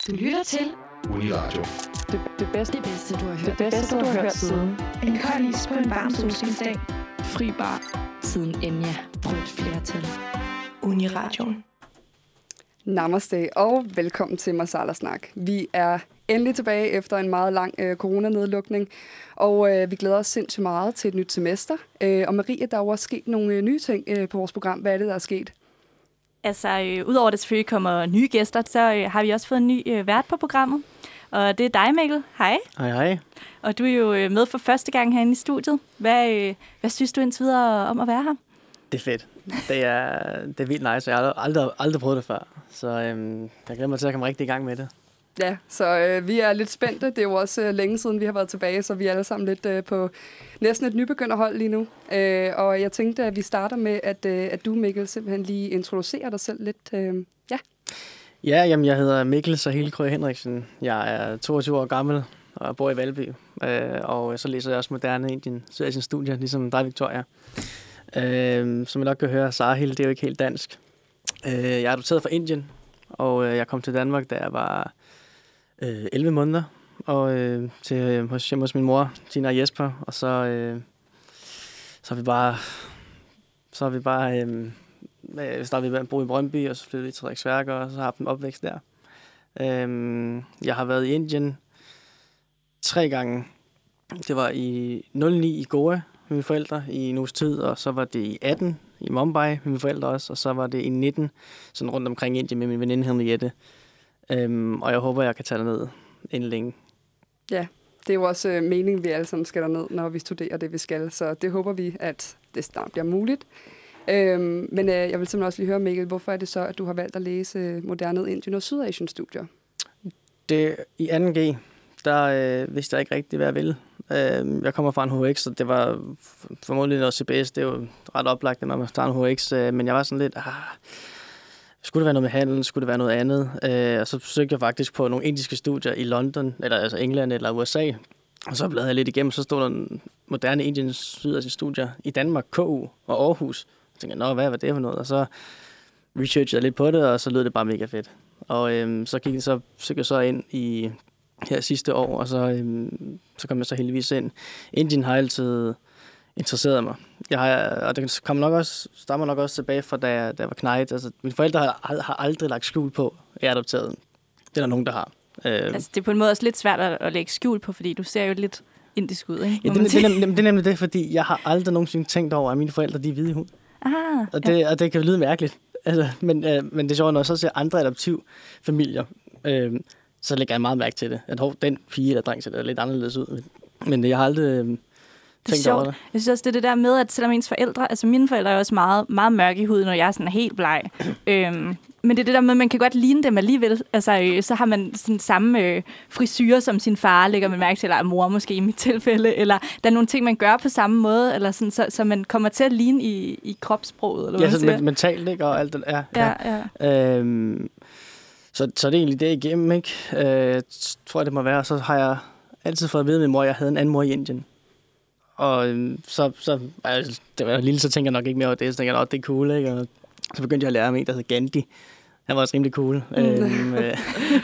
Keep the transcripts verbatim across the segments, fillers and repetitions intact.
Du lytter til Uniradio. Det, det, bedste, det bedste, du har hørt. det bedste, du har hørt siden. En kold is på en varm solskinsdag. Fri bar. Siden Enya. Rødt flertal. Uniradioen. Namaste og velkommen til Masala Snak. Vi er endelig tilbage efter en meget lang øh, coronanedlukning, og øh, vi glæder os sindssygt meget til et nyt semester. Øh, og Marie, der er jo også sket nogle øh, nye ting øh, på vores program. Hvad er det, der er sket? Altså, øh, udover det selvfølgelig kommer nye gæster, så øh, har vi også fået en ny øh, vært på programmet. Og det er dig, Mikkel. Hej. Hej, hej. Og du er jo øh, med for første gang herinde i studiet. Hvad, øh, hvad synes du indtil videre om at være her? Det er fedt. Det er, det er vildt nice, jeg har aldrig, aldrig prøvet det før. Så øhm, jeg glæder mig til at komme rigtig i gang med det. Ja, så øh, vi er lidt spændte. Det er jo også øh, længe siden, vi har været tilbage, så vi er alle sammen lidt øh, på næsten et nybegynderhold lige nu. Øh, og jeg tænkte, at vi starter med, at, øh, at du, Mikkel, simpelthen lige introducerer dig selv lidt. Øh, ja. Ja, jamen, jeg hedder Mikkel Sahil Krøger Henriksen. Jeg er toogtyve år gammel og bor i Valby. Øh, og så læser jeg også moderne Indien, så er jeg i sin studie, ligesom dig, Victoria. Øh, som jeg nok kan høre, Sahil, det er jo ikke helt dansk. Øh, jeg er adopteret fra Indien, og øh, jeg kom til Danmark, da jeg var øh, elleve måneder. Og øh, til øh, hos, hjemme hos min mor, Tina og Jesper. Og så, øh, så har vi bare... Så har vi bare... Øh, Vi startede med at bo i Brøndby, og så flyttede vi til Frederiksværk, og så har jeg haft en opvækst der. Øhm, jeg har været i Indien tre gange. Det var i nul ni i Goa med mine forældre i en uges tid, og så var det i atten i Mumbai med mine forældre også, og så var det i nitten sådan rundt omkring Indien med min veninde Henriette. Øhm, og jeg håber, jeg kan tage derned inden længe. Ja, det er jo også øh, meningen, vi alle sammen skal derned, når vi studerer det, vi skal. Så det håber vi, at det snart bliver muligt. Øhm, men øh, jeg vil simpelthen også lige høre, Mikkel, hvorfor er det så, at du har valgt at læse øh, moderne Indien og Sydasien-studier? Det, I anden G, der øh, vidste jeg ikke rigtigt, hvad jeg ville. Øh, jeg kommer fra en H X, så det var formodentlig noget C B S. Det er jo ret oplagt, at man starter en H X. Øh, men jeg var sådan lidt, ah, skulle det være noget med handel? Skulle det være noget andet? Øh, og så søgte jeg faktisk på nogle indiske studier i London, eller altså England eller U S A. Og så bladrede jeg lidt igennem, så stod der en moderne Indien Sydasien-studier i Danmark, K U og Aarhus. Jeg tænkte, nå, hvad var det for noget? Og så researchede jeg lidt på det, og så lød det bare mega fedt. Og øhm, så gik jeg så, søgte jeg så ind i her sidste år, og så, øhm, så kom jeg så heldigvis ind. Indien har altid interesseret mig. Jeg har, og det kommer nok også, stammer nok også tilbage fra, da jeg, da jeg var knægt. Altså, mine forældre har, har aldrig lagt skjul på, at jeg er adopteret. Det er der nogen, der har. Øh, Altså, det er på en måde også lidt svært at, at lægge skjul på, fordi du ser jo lidt indisk ud, ikke? ja, det, det, det, det, det er nemlig det, fordi jeg har aldrig nogensinde tænkt over, at mine forældre de er hvide i hud. Aha, Og det, ja. og det kan lyde mærkeligt. Altså, men, øh, men det er sjovt, når jeg så ser andre adoptivfamilier, øh, så lægger jeg meget mærke til det. At hov, den pige eller dreng ser det lidt anderledes ud. Men jeg har aldrig øh, tænkt over det. Jeg synes også, det er det der med, at selvom ens forældre... Altså mine forældre er også meget, meget mørke i huden, når jeg er sådan helt bleg. øhm, men det er det der med, at man kan godt ligne dem alligevel. Altså, øh, så har man sådan samme øh, frisyrer som sin far, lægger man mærke til, eller mor måske i mit tilfælde. Eller der er nogle ting, man gør på samme måde, eller sådan, så, så man kommer til at ligne i, i kropssproget. Eller hvad ja, man så men, mentalt, ikke? Og alt det ja, ja. ja. ja. Øhm, så, så det er egentlig det igennem, ikke? Øh, tror jeg, det må være. Så har jeg altid fået at vide af min mor, at jeg havde en anden mor i Indien. Og øhm, så, så altså, det var lille, så tænker jeg nok ikke mere over det. Så tænker jeg, at det er cool, ikke? Og så begyndte jeg at lære om en, der hed Gandhi. Han var også rimelig cool. Mm. Øhm, øh,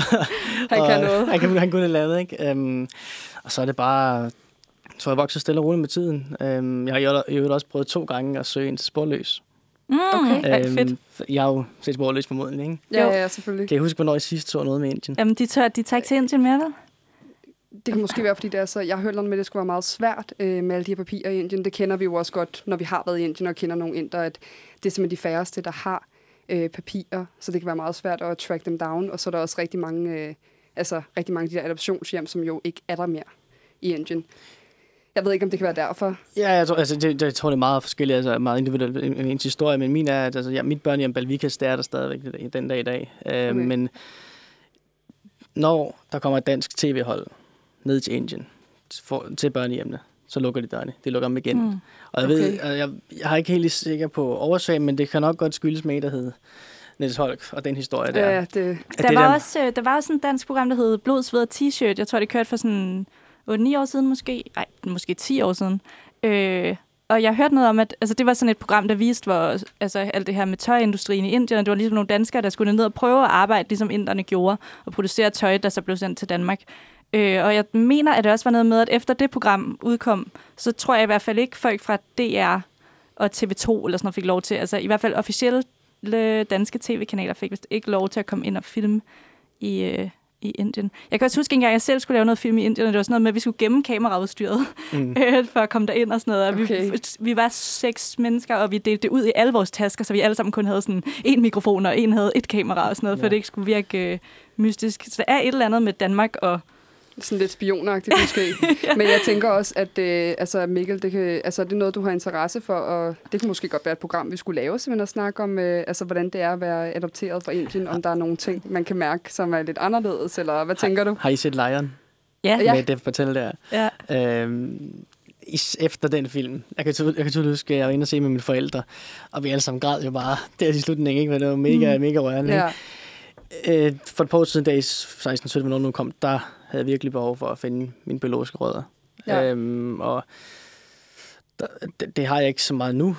han kan noget. Han, kan, han kunne det lave, ikke? Øhm, og så er det bare... Så jeg vokset stille og roligt med tiden. Øhm, jeg har jo også prøvet to gange at søge ind til Sporløs. Mm, okay, øhm, fedt. Jeg har jo set Sporløs formodentlig, ikke? Ja, ja, selvfølgelig. Kan I huske, hvornår I sidst så noget med Indien? Jamen, de tør, de tager ikke til Indien mere, vel? Det kan måske være, fordi det er så, jeg har hørt noget med, at det skulle være meget svært øh, med alle de her papirer i Indien. Det kender vi jo også godt, når vi har været i Indien og kender nogle inder, at det er simpelthen de færreste, der har øh, papirer, så det kan være meget svært at track dem down. Og så er der også rigtig mange, øh, altså rigtig mange af de der adoptionshjem, som jo ikke er der mere i Indien. Jeg ved ikke, om det kan være derfor. Ja, jeg tror, altså, det, jeg tror det er meget forskelligt, altså meget individuelt en historie, men min er, at altså, ja, mit børnehjem Balvikas, det er der stadigvæk den dag i dag. Øh, okay. Men når der kommer et dansk tv-hold ned til Indien, for, til børnehjemmene, så lukker de dørene. De lukker dem igen. Mm. Og jeg okay. ved, jeg, jeg har ikke helt sikker på årsagen, men det kan nok godt skyldes med, der hed Niels Holk og den historie der. Ja, det... Der, det var der... også, der var også en dansk program, der hed Blod, Sved og T-shirt. Jeg tror, det kørte for sådan otte ni år siden måske. Nej, måske ti år siden. Øh, og jeg hørte noget om, at altså, det var sådan et program, der viste, hvor altså, alt det her med tøjindustrien i Indien, og det var ligesom nogle danskere, der skulle ned og prøve at arbejde, ligesom inderne gjorde, og producere tøj, der så blev sendt til Danmark. Øh, og jeg mener, at det også var noget med, at efter det program udkom, så tror jeg i hvert fald ikke, folk fra D R og T V to eller sådan noget fik lov til, altså i hvert fald officielle danske tv-kanaler fik vist ikke lov til at komme ind og filme i, øh, i Indien. Jeg kan også huske, at jeg selv skulle lave noget film i Indien, og det var sådan noget med, at vi skulle gemme kameraudstyret mm. øh, for at komme derind og sådan noget. Og okay. vi, vi var seks mennesker, og vi delte det ud i alle vores tasker, så vi alle sammen kun havde sådan en mikrofon, og en havde et kamera og sådan noget, ja. For det ikke skulle virke øh, mystisk. Så der er et eller andet med Danmark og sådan lidt spionagtigt måske. Ja. Men jeg tænker også, at øh, altså Mikkel, det, kan, altså, det er noget, du har interesse for, og det kan måske godt være et program, vi skulle lave, simpelthen at snakke om, øh, altså, hvordan det er at være adopteret fra Indien, om der er nogle ting, man kan mærke, som er lidt anderledes, eller hvad tænker du? Har I set Lion? Ja. Med ja. Det fortælle der. Ja. Øhm, efter den film, jeg kan tydeligt huske, at jeg var inde og se med mine forældre, og vi alle sammen græd jo bare der i slutningen, ikke? Det var mega, mm. mega rørende. Ja. Øh, for et par år siden, da i seksten sytten, hvornår nu kom, der havde jeg virkelig behov for at finde mine biologiske rødder. Ja. Øhm, og der, det, det har jeg ikke så meget nu.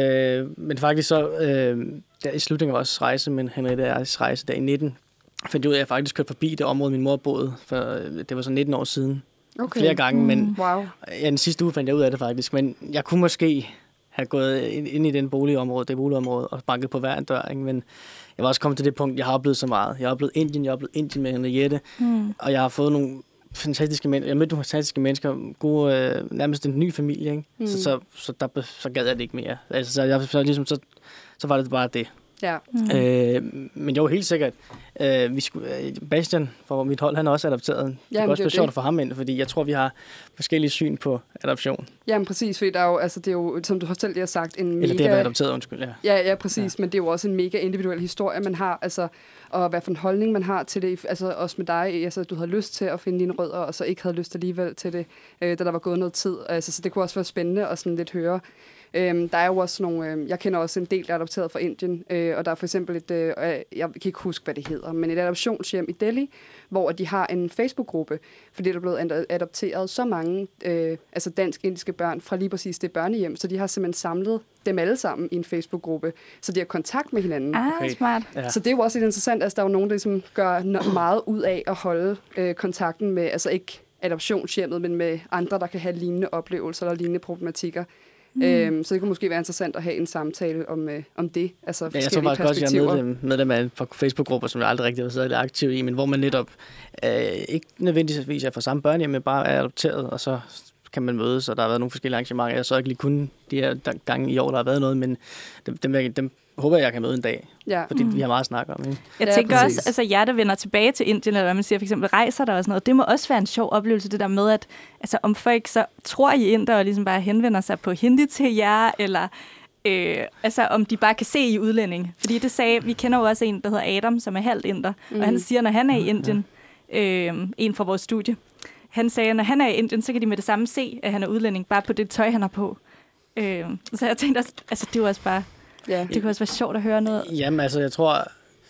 Øh, men faktisk så, øh, der i slutningen af vores rejse, men Henriette Ers rejse der i nitten, fandt jeg ud af, at jeg faktisk kørte forbi det område, min mor boede, for det var så nitten år siden. Okay. Flere gange, men wow. ja, den sidste uge fandt jeg ud af det faktisk. Men jeg kunne måske have gået ind, ind i den boligområde, det boligområde, og banket på hver en dør, ikke? Men jeg var også kommet til det punkt, jeg har oplevet så meget. Jeg har oplevet Indien, jeg har oplevet Indien med Henriette, mm. og jeg har fået nogle fantastiske mennesker. Jeg mødte nogle fantastiske mennesker, gode, øh, nærmest en ny familie, ikke? Mm. Så, så, så, der, så gad jeg det ikke mere. Altså, så, jeg, så, ligesom, så, så var det bare det. Ja. Mm. Øh, men jo, helt sikkert. Øh, vi skulle, øh, Bastian fra mit hold, han er også adopteret. Det kan også være sjovt at få ham ind, fordi jeg tror, vi har forskellige syn på adoption. Jamen præcis, fordi der er jo, altså, det er jo, som du selv lige har sagt, en mega... Eller det at være adopteret, undskyld. Ja, ja, ja præcis, ja. Men det er jo også en mega individuel historie, man har, altså, og hvad for en holdning man har til det, altså også med dig, altså du havde lyst til at finde dine rødder, og så ikke havde lyst alligevel til det, øh, da der var gået noget tid. Altså, så det kunne også være spændende at sådan lidt høre. Øhm, der er jo også nogle, øh, jeg kender også en del, der er adopteret fra Indien, øh, og der er for eksempel et, øh, jeg kan ikke huske, hvad det hedder, men et adoptionshjem i Delhi, hvor de har en Facebook-gruppe, fordi der er blevet adopteret så mange øh, altså dansk-indiske børn fra lige præcis det børnehjem, så de har simpelthen samlet dem alle sammen i en Facebook-gruppe, så de har kontakt med hinanden. Ah, okay. Smart. Ja. Så det er jo også lidt interessant, at altså, der er jo nogen, der ligesom gør meget ud af at holde øh, kontakten med, altså ikke adoptionshjemmet, men med andre, der kan have lignende oplevelser eller lignende problematikker. Mm. Øhm, så det kunne måske være interessant at have en samtale om, øh, om det, altså ja, jeg tror faktisk også, at jeg er medlem, medlem af en Facebook-grupper, som jeg aldrig rigtig har været aktiv i, men hvor man netop øh, ikke nødvendigvis er fra samme børnehjem, men bare er adopteret, og så kan man mødes, og der har været nogle forskellige arrangementer. Jeg så ikke lige kun de her gange i år, der har været noget, men dem, dem, dem håber jeg, jeg kan møde en dag, ja. Fordi mm. vi har meget at snakke om. Ikke? Jeg ja, tænker præcis. også, altså jer, der vender tilbage til Indien, eller hvad man siger, for eksempel rejser der og sådan noget, det må også være en sjov oplevelse, det der med, at altså, om folk så tror I inder og ligesom bare henvender sig på hindi til jer, eller øh, altså om de bare kan se I udlænding. Fordi det sagde, vi kender jo også en, der hedder Adam, som er halvt inder, mm. og han siger, når han er i Indien, øh, en fra vores studie, han sagde, når han er i Indien, så kan de med det samme se, at han er udlænding, bare på det tøj, han har på. Øh, så jeg tænkte også, altså det var også bare, ja. Det kunne også være sjovt at høre noget. Jamen altså, jeg tror,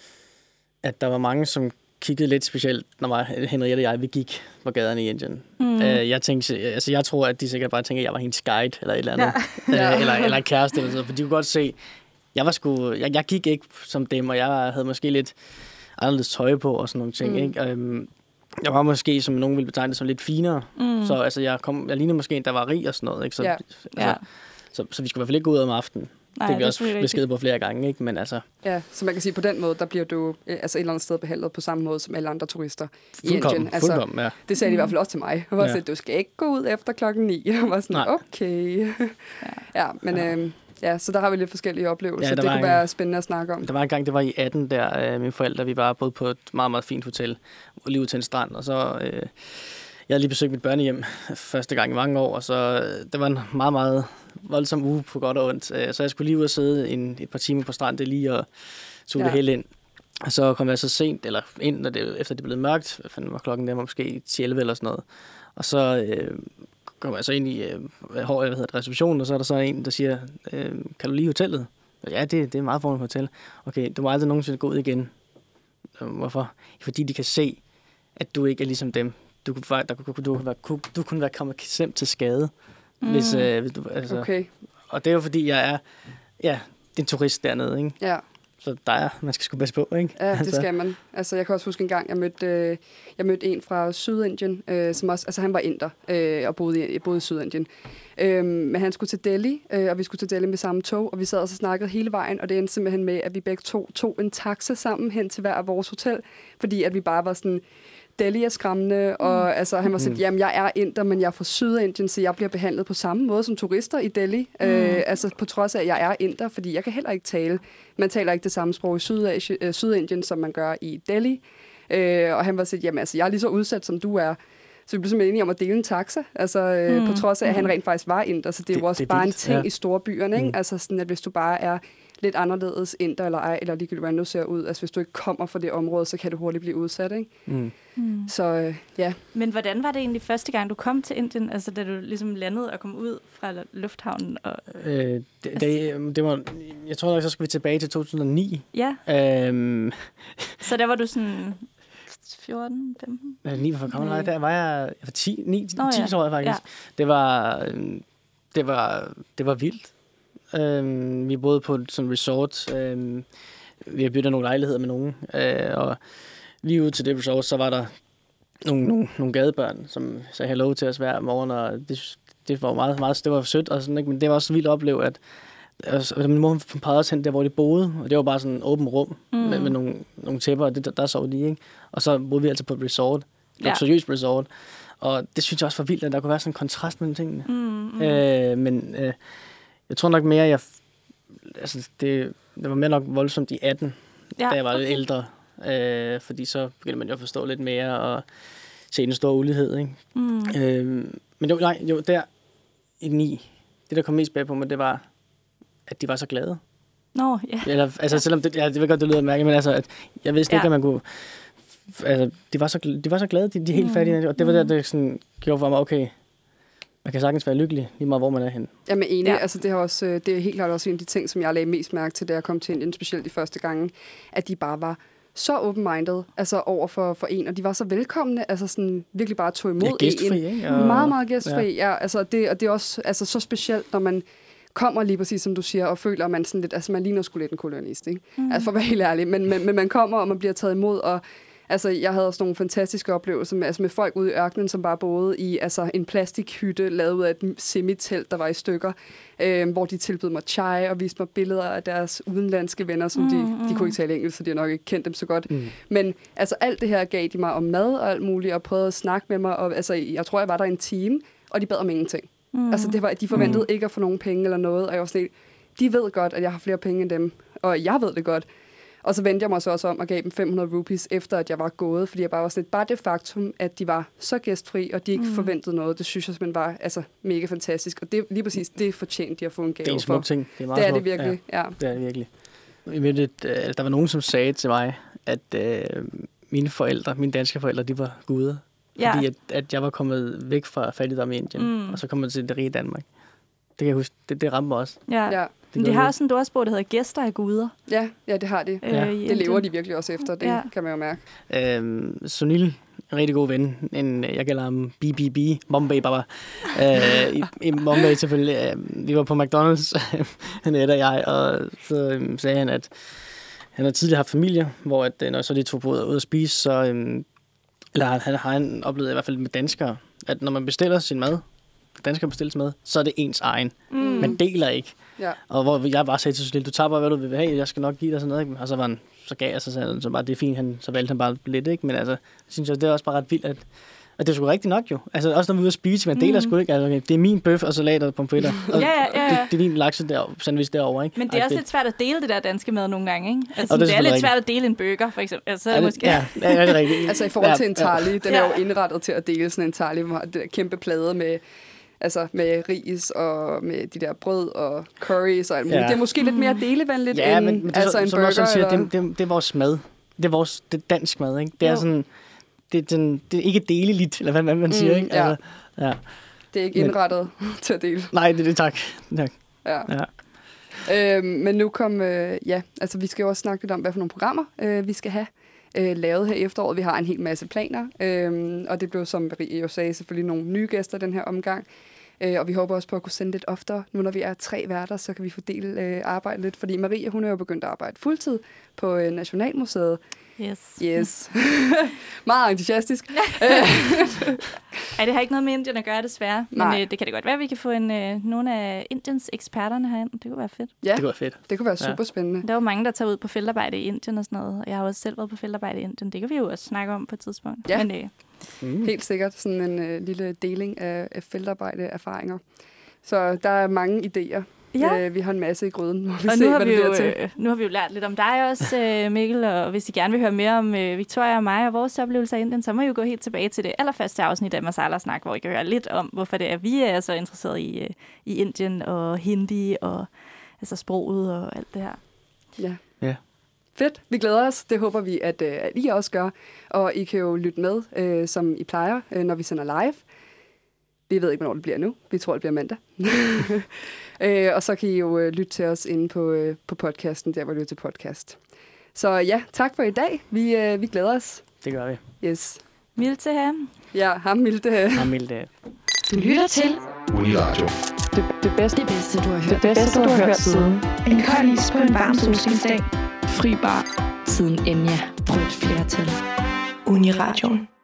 at der var mange, som kiggede lidt specielt, når mig, Henriette og jeg, vi gik på gaderne i Indien. Mm. Uh, jeg tænkte, altså jeg tror, at de sikkert bare tænker, at jeg var hendes guide, eller et eller andet. Ja. Uh, eller, eller kæreste, eller sådan, for de kunne godt se, jeg var sgu, jeg, jeg gik ikke som dem, og jeg havde måske lidt anderledes tøj på, og sådan nogle ting, mm. ikke? Um, jeg var måske, som nogen ville betegne det, som lidt finere. Mm. Så altså, jeg, kom, jeg lignede måske en, der var rig og sådan noget, ikke? Så, ja. altså, ja. så, så vi skulle i hvert fald ikke gå ud om aftenen. Nej, det er vi også besked på flere gange, ikke? Men altså... Ja, så man kan sige, på den måde, der bliver du altså et eller andet sted behandlet på samme måde som alle andre turister i fuldkommen, Indien. Altså, fuldkommen, ja. Det sagde de i hvert fald også til mig. Jeg var ja. sådan, du skal ikke gå ud efter klokken ni. Jeg var sådan, nej. Okay. ja. ja, men... Ja. Øh, Ja, så der har vi lidt forskellige oplevelser. Ja, det kunne en, være spændende at snakke om. Der var en gang, det var i atten, der øh, mine forældre, vi var både på et meget, meget fint hotel, lige ud til en strand, og så... Øh, jeg havde lige besøgt mit børnehjem første gang i mange år, og så øh, det var en meget, meget voldsom uge på godt og ondt. Øh, så jeg skulle lige ud og sidde en, et par timer på stranden lige og suge ja. det hele ind. Og så kom jeg så sent, eller ind, når det, efter det blev mørkt, hvad fanden var klokken, der var måske ti elleve eller sådan noget. Og så... Øh, kommer jeg så ind i øh, hvad hedder det, receptionen, og så er der så en, der siger, øh, kan du lide hotellet? Ja, det, det er meget fornemt hotel. Okay, du må aldrig nogensinde gå ud igen. Hvorfor? Fordi de kan se, at du ikke er ligesom dem. Du kunne, der, du, du, du, du kunne være kommet slemt til skade. Mm. Hvis, øh, hvis du, altså, okay. og det er jo fordi, jeg er ja, en turist dernede, ikke? Ja. Så der er, man skal sgu passe på, ikke? Ja, det altså. skal man. Altså, jeg kan også huske en gang, jeg mødte, øh, jeg mødte en fra Sydindien, øh, som også, altså han var inder øh, og boede i, boede i Sydindien. Øh, men han skulle til Delhi, øh, og vi skulle til Delhi med samme tog, og vi sad og så snakkede hele vejen, og det endte simpelthen med, at vi begge to tog en taxa sammen hen til hver af vores hotel, fordi at vi bare var sådan, Delhi er skræmmende, og mm. altså, han var sådan, jamen jeg er inder, men jeg er fra Sydindien, så jeg bliver behandlet på samme måde som turister i Delhi. Mm. Øh, altså på trods af, at jeg er inder, fordi jeg kan heller ikke tale. Man taler ikke det samme sprog i Sydasie, øh, Sydindien, som man gør i Delhi. Øh, og han var sådan, jamen altså, jeg er lige så udsat, som du er. Så vi blev simpelthen enige om at dele en taxa, altså øh, mm. på trods af, at han rent faktisk var inder. Så det er jo også det er bare vildt. En ting ja. I store byerne, ikke? Mm. Altså sådan, at hvis du bare er lidt anderledes inder eller ej, eller ligegyldigt, hvordan du ser ud. Altså, hvis du ikke kommer fra det område, så kan du hurtigt blive udsat, ikke? Mm. Mm. Så, øh, ja. Men hvordan var det egentlig første gang, du kom til Indien? Altså, da du ligesom landede og kom ud fra lufthavnen? Og... Øh, det, det, det var, jeg tror nok, så skal vi tilbage til to tusind og ni. Ja. Øhm. Så der var du sådan fjorten, femten? Ja, ni var gammel. Nej, der var jeg, jeg var ti, ni, Nå, ti ja. år faktisk. Ja. Det var, det var, det var vildt. Øhm, vi boede på sådan en resort. Øhm, vi har byttet nogle lejligheder med nogen. Øh, og lige ude til det resort, så var der nogle, nogle, nogle gadebørn, som sagde hello til os hver morgen, og det, det var meget, meget det var sødt, og sådan, ikke? Men det var også vildt at opleve, at altså, min mor pegede os hen der, hvor de boede, og det var bare sådan et åbent rum mm. med, med nogle, nogle tæpper, og det, der, der sov de, ikke? Og så boede vi altså på et resort, et ja. luksuriøst resort, og det synes jeg også var vildt, at der kunne være sådan en kontrast mellem tingene. Mm, mm. Øh, men øh, jeg tror nok mere, jeg, altså det, det var mere nok voldsomt i atten, ja, da jeg var okay. lidt ældre, øh, fordi så begyndte man jo at forstå lidt mere og se en stor ulighed, ikke? Mm. Øh, men jo, nej, jo, der i ni, det der kom mest bag på mig, det var, at de var så glade. Nå, ja. Eller, altså, selvom det, ja, det vil godt, det lyder mærkeligt, men altså, at jeg vidste ja. ikke, at man kunne, altså, de var så, de var så glade, de, de helt mm. fattige, og det var der, det sådan gjorde for mig, okay, man kan sagtens være lykkelig, lige meget hvor man er henne. Jamen enig, ja. altså det, har også, det er helt klart også en af de ting, som jeg lagde mest mærke til, da jeg kom til Indien, specielt de første gange, at de bare var så open-minded, altså over for, for en, og de var så velkomne, altså sådan virkelig bare tog imod ja, gæstfri, en. Ikke? Og, meget, meget gæstfri, ja. ja altså det, og det er også altså, så specielt, når man kommer lige præcis, som du siger, og føler, at man sådan lidt, altså man ligner sgu lidt en kolonist, ikke? Mm. Altså for at være helt ærlig, men, men, men man kommer, og man bliver taget imod, og altså, jeg havde også nogle fantastiske oplevelser med, altså med folk ude i ørkenen, som bare boede i altså, en plastikhytte, lavet ud af et semitelt, der var i stykker, øh, hvor de tilbød mig chai og viste mig billeder af deres udenlandske venner, som mm, de, de kunne ikke tale engelsk, så de har nok ikke kendt dem så godt. Mm. Men altså, alt det her gav de mig om mad og alt muligt, og prøvede at snakke med mig, og altså, jeg tror, jeg var der en time, og de bad om ingenting. Mm. Altså, det var, de forventede mm. ikke at få nogen penge eller noget, og jeg var sådan, de ved godt, at jeg har flere penge end dem, og jeg ved det godt. Og så vendte jeg mig så også om og gav dem fem hundrede rupees, efter at jeg var gået, fordi jeg bare var sådan lidt, bare det faktum, at de var så gæstfri, og de ikke mm. forventede noget, det synes jeg simpelthen var altså, mega fantastisk. Og det lige præcis, det fortjente de at få en gave for. Det er en smuk ting. Det er, meget det, er smuk. det virkelig, ja. ja. Det er det virkelig. Et, øh, der var nogen, som sagde til mig, at øh, mine forældre, mine danske forældre, de var guder. Ja. Fordi at, at jeg var kommet væk fra fattigdom i Indien, mm. og så kom jeg til det rige Danmark. Det kan jeg huske, det, det ramte mig også. Ja. ja. Men de har også en ordsprog, der hedder gæster af guder. Ja, ja, det har de. Ja. Det lever de virkelig også efter, det ja. kan man jo mærke. Øhm, Sunil, en rigtig god ven, en, jeg kalder ham B B B, Bombay Baba. øh, i, I Bombay selvfølgelig. Øh, vi var på McDonald's, Annette og jeg, og så øh, sagde han, at han har tidligere haft familie, hvor at, når så de tog på ud at spise, så øh, eller han har han oplevet i hvert fald med danskere, at når man bestiller sin mad, danskere bestiller sin mad, så er det ens egen. Mm. Man deler ikke. Ja. Og hvor jeg bare sagde til Sunil, du tager bare, hvad du vil have, jeg skal nok give dig sådan noget, ikke? Og så var han, så gav jeg sig så, så bare, det er fint, han, så valgte han bare lidt, ikke? Men altså, synes jeg, det er også bare ret vildt, at, at det er sgu rigtigt nok jo. Altså, også når vi er ude at spise, man deler mm. sgu ikke, altså, okay, det er min bøf, og salat og pomfritter. Og ja, ja, ja. Det, det er din lakse der, sandwich derovre, ikke? Men det er og også det, lidt svært at dele det der danske mad nogle gange, ikke? Altså, det, det er lidt rigtigt. svært at dele en burger, for eksempel. Altså, ja, det, måske... ja, ja, det er rigtigt. Altså, i forhold til en thali, den ja. er jo indrettet til at dele sådan en thali, hvor det der kæmpe plade med altså med ris og med de der brød og curries og alt muligt. Ja. Det er måske lidt mere delevenligt ja, end men, men det, altså så, en så burger. Siger, eller... det, det, det er vores mad. Det er vores det er dansk mad, ikke? Det er jo. sådan, det er, den, det er ikke deleligt, eller hvad man mm, siger, ikke? Ja. Altså, ja. Det er ikke indrettet men, til at dele. Nej, det er det, tak. tak. Ja. ja. Øhm, men nu kom, øh, ja, altså vi skal jo også snakke lidt om, hvad for nogle programmer øh, vi skal have øh, lavet her i efteråret. Vi har en hel masse planer, øh, og det blev, som Marie jo sagde, selvfølgelig nogle nye gæster den her omgang. Øh, og vi håber også på at kunne sende lidt oftere. Nu når vi er tre værter, så kan vi fordele øh, arbejde lidt. Fordi Maria, hun er jo begyndt at arbejde fuldtid på øh, Nationalmuseet. Yes. Yes. Meget entusiastisk. Ej, det har ikke noget med Indien at gøre, desværre. Men Nej. øh, det kan det godt være, at vi kan få en, øh, nogle af Indiens eksperterne herind. Det kunne være fedt. Ja, Det kunne være fedt. det kunne være Ja. super spændende. Der er jo mange, der tager ud på feltarbejde i Indien og sådan noget. Og jeg har også selv været på feltarbejde i Indien. Det kan vi jo også snakke om på et tidspunkt. Ja. Men, øh, Mm. Helt sikkert sådan en øh, lille deling af, af feltarbejde-erfaringer. Så der er mange idéer. Ja. Øh, vi har en masse i gryden. Må vi og se, nu har, hvad vi det jo, bliver til. øh, nu har vi jo lært lidt om dig også, øh, Mikkel. Og hvis I gerne vil høre mere om øh, Victoria og mig og vores oplevelser i Indien, så må I jo gå helt tilbage til det allerførste afsnit af Masala Snak, hvor I kan høre lidt om, hvorfor det er, vi er så interesseret i, øh, i Indien og hindi og altså sproget og alt det her. Ja. Ja. Fedt. Vi glæder os. Det håber vi, at, øh, at I også gør. Og I kan jo lytte med, øh, som I plejer, øh, når vi sender live. Vi ved ikke, hvornår det bliver nu. Vi tror, det bliver mandag. øh, og så kan I jo øh, lytte til os inde på, øh, på podcasten, der hvor du er til podcast. Så ja, tak for i dag. Vi, øh, vi glæder os. Det gør vi. Yes. Milde til ham. Ja, ham Milde. Ham Milde. Du lytter til Uniradio. Det, det bedste, det bedste, du har det hørt. bedste, du har hørt siden. En kold is på en varm solskinsdag. Fri bar. Siden Enya. Rødt flertal. Uniradioen.